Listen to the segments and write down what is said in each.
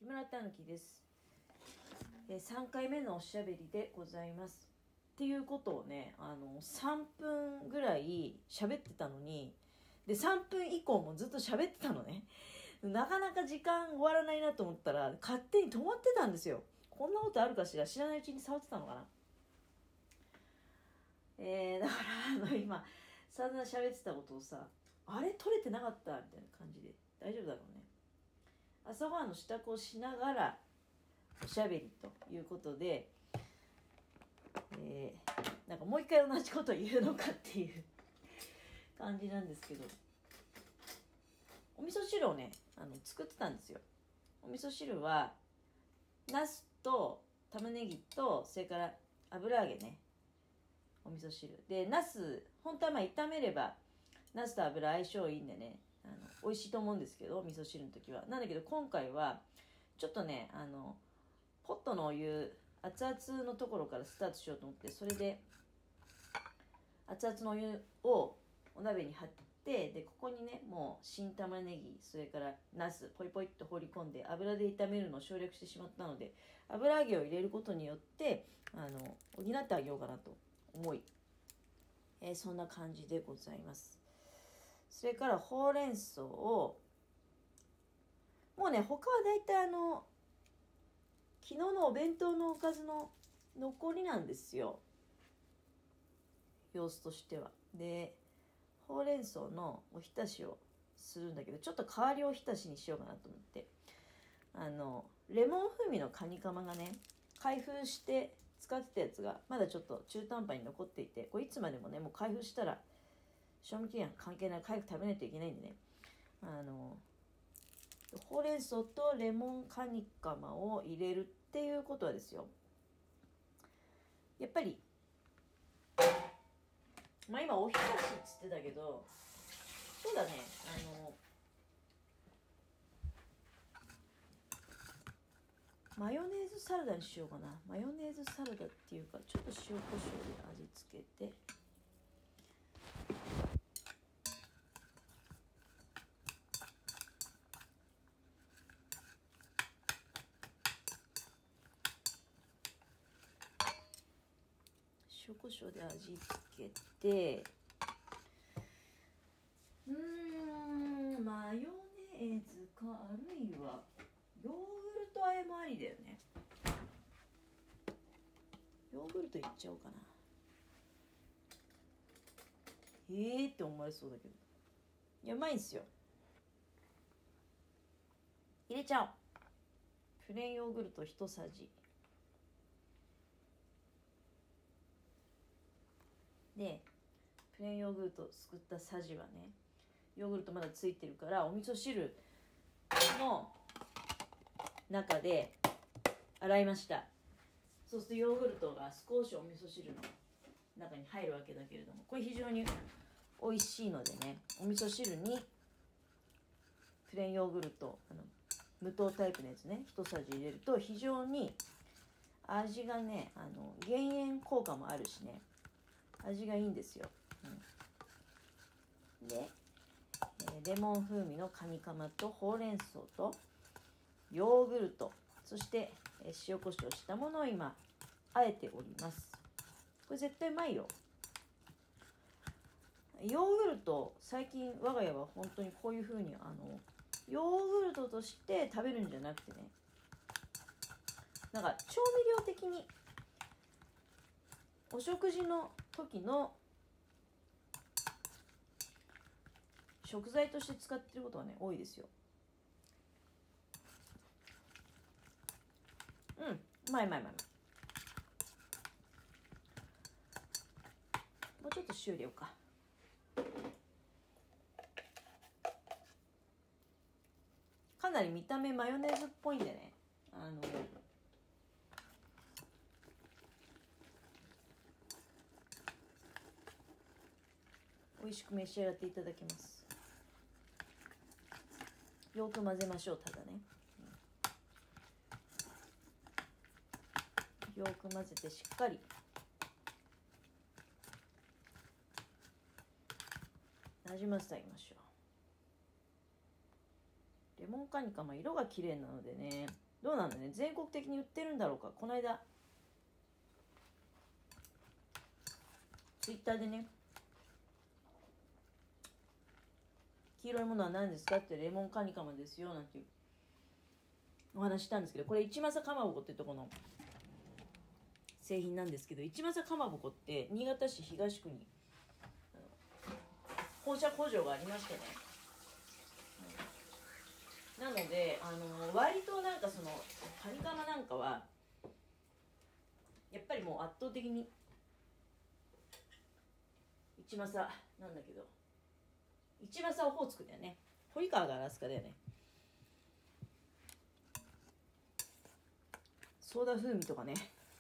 木村たぬきです。3回目のおしゃべりでございます。っていうことをね、3分ぐらい喋ってたのに、で、3分以降もずっと喋ってたのね。なかなか時間終わらないなと思ったら、勝手に止まってたんですよ。こんなことあるかしら、知らないうちに触ってたのかな。だから今、散々喋ってたことをさ、あれ取れてなかったみたいな感じで、大丈夫だろうね。朝ごはんの支度をしながらおしゃべりということで、なんかもう一回同じことを言うのかっていう感じなんですけど、お味噌汁をね作ってたんですよ。お味噌汁はナスと玉ねぎと、それから油揚げね、お味噌汁で、ナス本当は炒めればナスと油相性いいんでね、美味しいと思うんですけど、味噌汁の時は。なんだけど今回はちょっとね、ポットのお湯熱々のところからスタートしようと思って、それで熱々のお湯をお鍋に張って、でここにね、もう新玉ねぎ、それからナスポイポイっと放り込んで油で炒めるのを省略してしまったので、油揚げを入れることによって補ってあげようかなと思い、そんな感じでございます。それからほうれん草を、もうね、他はだいたい昨日のお弁当のおかずの残りなんですよ、様子としては。で、ほうれん草のおひたしをするんだけど、ちょっと変わりおひたしにしようかなと思って、レモン風味のカニカマがね、開封して使ってたやつがまだちょっと中途半端に残っていて、これいつまでもね、もう開封したら賞味期限関係ない、早く食べないといけないんでね、ほうれん草とレモンカニカマを入れるっていうことはですよ、やっぱり今おひたしっつってたけど、そうだね、マヨネーズサラダにしようかな。マヨネーズサラダっていうか、ちょっと塩コショウで味付けて、塩コショウで味付けて、マヨネーズか、あるいはヨーグルト和えもありだよね。ヨーグルトいっちゃおうかな。って思われそうだけど、いや、うまいんすよ。入れちゃおう。プレーンヨーグルト1さじで、プレーンヨーグルトすくったさじはね、ヨーグルトまだついてるから、お味噌汁の中で洗いました。そうするとヨーグルトが少しお味噌汁の中に入るわけだけれども、これ非常に美味しいのでね、お味噌汁にプレーンヨーグルト、無糖タイプのやつね、1さじ入れると非常に味がね、減塩効果もあるしね、味がいいんですよ。で、レモン風味のカニカマとほうれん草とヨーグルト、そして塩コショウしたものを今あえております。これ絶対うまいよ。ヨーグルト、最近我が家は本当にこういう風にヨーグルトとして食べるんじゃなくてね、なんか調味料的にお食事の時の食材として使ってることがね、多いですよ。うまい。もうちょっと塩入れようか。かなり見た目マヨネーズっぽいんでね、美味しく召し上がっていただきます。よく混ぜましょう。ただね、よく混ぜてしっかりなじませてあげましょう。レモンカニカマ色が綺麗なのでね、 どうなんだね、全国的に売ってるんだろうか。この間ツイッターでね、黄色いものは何ですかって、レモンカニカマですよなんていうお話したんですけど、これ一政かまぼこってとこの製品なんですけど、一政かまぼこって新潟市東区に本社工場がありましてね、なので割となんかそのカニカマなんかはやっぱりもう圧倒的に一政なんだけど、一政オホーツクだよね、堀川がアラスカだよね。ソーダ風味とかね、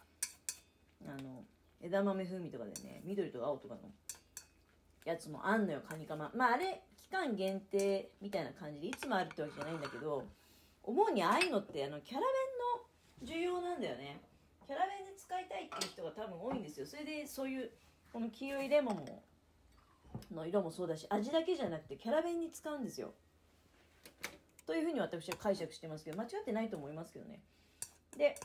枝豆風味とかでね、緑とか青とかのやつもあんのよ、カニカマ。まああれ期間限定みたいな感じでいつもあるってわけじゃないんだけど、思うにああいうのってキャラ弁の需要なんだよね。キャラ弁で使いたいっていう人が多分多いんですよ。それでそういうこの黄色いレモンの色もそうだし、味だけじゃなくてキャラ弁に使うんですよ、というふうに私は解釈してますけど、間違ってないと思いますけどね。で、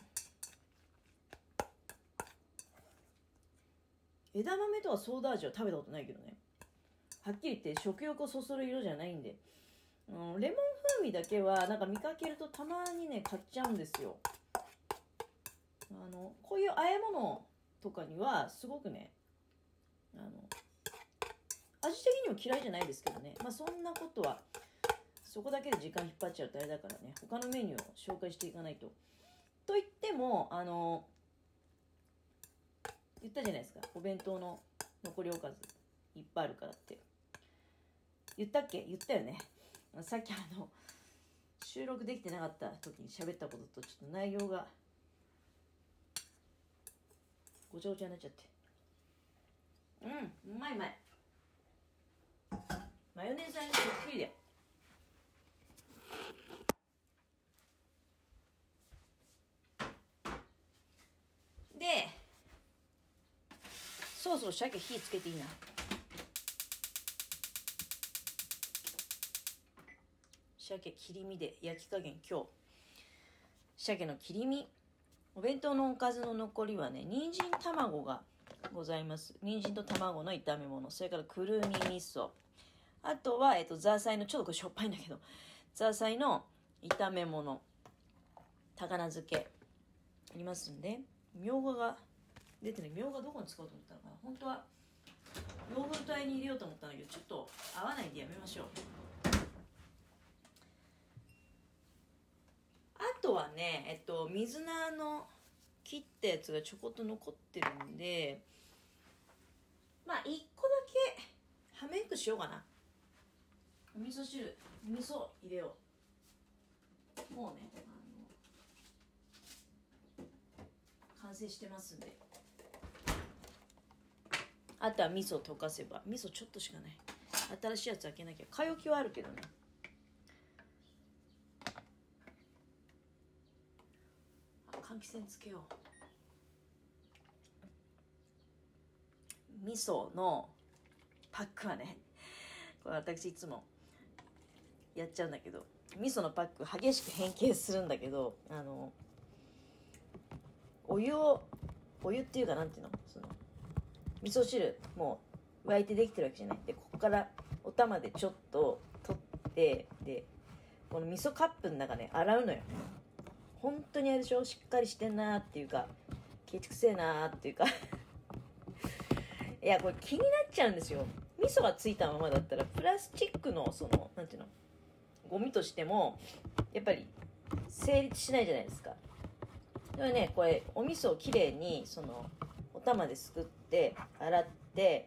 枝豆とかソーダ味は食べたことないけどね、はっきり言って食欲をそそる色じゃないんで、レモン風味だけはなんか見かけるとたまにね買っちゃうんですよ。こういう和え物とかにはすごくね、味的にも嫌いじゃないですけどね、まあそんなことはそこだけで時間引っ張っちゃうとあれだからね、他のメニューを紹介していかないと。と言っても言ったじゃないですか、お弁当の残りおかずいっぱいあるからって。言ったっけ？言ったよね。さっき収録できてなかった時に喋ったこととちょっと内容がごちゃごちゃになっちゃって。うまい。マヨネーズ味にそっくりだよ。で、そうそう、鮭火つけていいな。鮭切り身で焼き加減、今日鮭の切り身。お弁当のおかずの残りはね、人参卵がございます。人参と卵の炒め物、それからくるみ味噌、あとはザーサイの、ちょっとこれしょっぱいんだけど、ザーサイの炒め物、高菜漬けありますんで、みょうがが出てね、みょうがどこに使おうと思ったのかな。本当はヨーグルト和えに入れようと思ったんだけど、ちょっと合わないんでやめましょう。あとはね、水菜の切ったやつがちょこっと残ってるんで、まあ1個だけハメックしようかな。お味噌汁、味噌入れよう。もうね、完成してますんで。あとは味噌溶かせば、味噌ちょっとしかない。新しいやつ開けなきゃ。買い置きはあるけどね。換気扇つけよう。味噌のパックはね、これ私いつもやっちゃうんだけど、味噌のパック激しく変形するんだけど、お湯っていうか、なんていうの、味噌汁もう沸いてできてるわけじゃない。でここからお玉でちょっと取って、でこの味噌カップの中ね洗うのよ。本当にあれでしょ、しっかりしてんなーっていうか、ケチくせえなーっていうかいやこれ気になっちゃうんですよ。味噌がついたままだったらプラスチックのなんていうの、ゴミとしてもやっぱり成立しないじゃないですか。でもね、これお味噌をきれいにお玉ですくって洗って、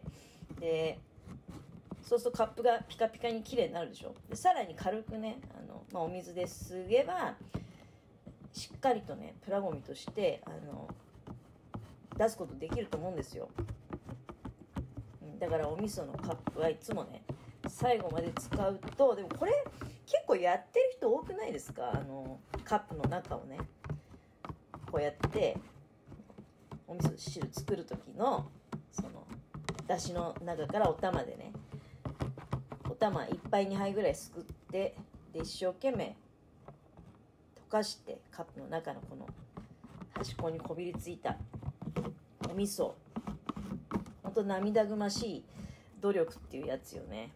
でそうするとカップがピカピカにきれいになるでしょ。でさらに軽くねお水ですげばしっかりとねプラゴミとして出すことできると思うんですよ。だからお味噌のカップはいつもね最後まで使うと、でもこれ結構やってる人多くないですか。カップの中をねこうやってお味噌汁作る時のだしの中からお玉でね、お玉1杯2杯ぐらいすくって、で一生懸命溶かしてカップの中のこの端っこにこびりついたお味噌、ほんと涙ぐましい努力っていうやつよね。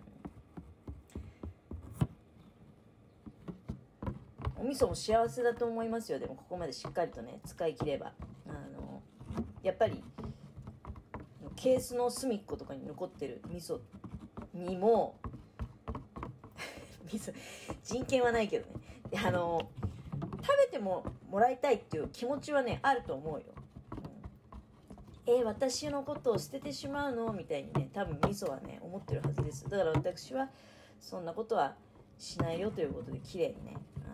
お味噌も幸せだと思いますよ。でもここまでしっかりとね使い切れば、やっぱりケースの隅っことかに残ってる味噌にも味噌人権はないけどね、食べてもらいたいっていう気持ちはねあると思うよ。私のことを捨ててしまうのみたいにね、多分味噌はね思ってるはずです。だから私はそんなことはしないよということで、綺麗にね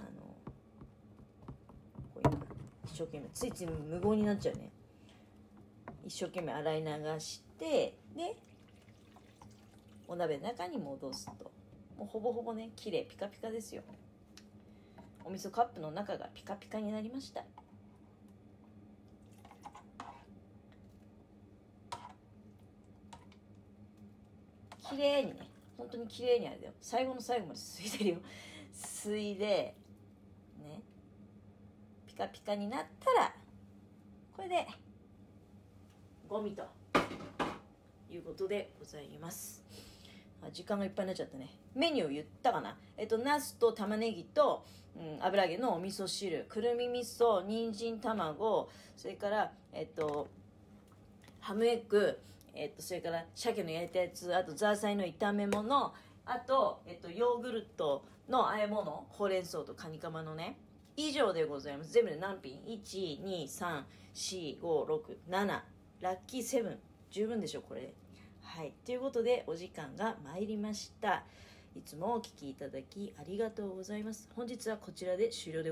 こう今一生懸命、ついつい無言になっちゃうね。一生懸命洗い流して、でお鍋の中に戻すと、もうほぼほぼね綺麗ピカピカですよ。お味噌カップの中がピカピカになりました。綺麗にね、本当に綺麗にあれだよ、最後の最後まですいてるよ。すいでね、ピカピカになったらこれでゴミということでございます。時間がいっぱいになっちゃったね。メニュー言ったかな。ナスと玉ねぎと、油揚げのお味噌汁、くるみ味噌、人参卵、それからハムエッグ、それから鮭の焼いたやつ、あとザーサイの炒め物、あと、ヨーグルトの和え物、ほうれん草とカニカマのね、以上でございます。全部で何品 ?1、2、3、4、5、6、7。ラッキーセブン。十分でしょ、これ。はい。ということで、お時間が参りました。いつもお聞きいただきありがとうございます。本日はこちらで終了でございます。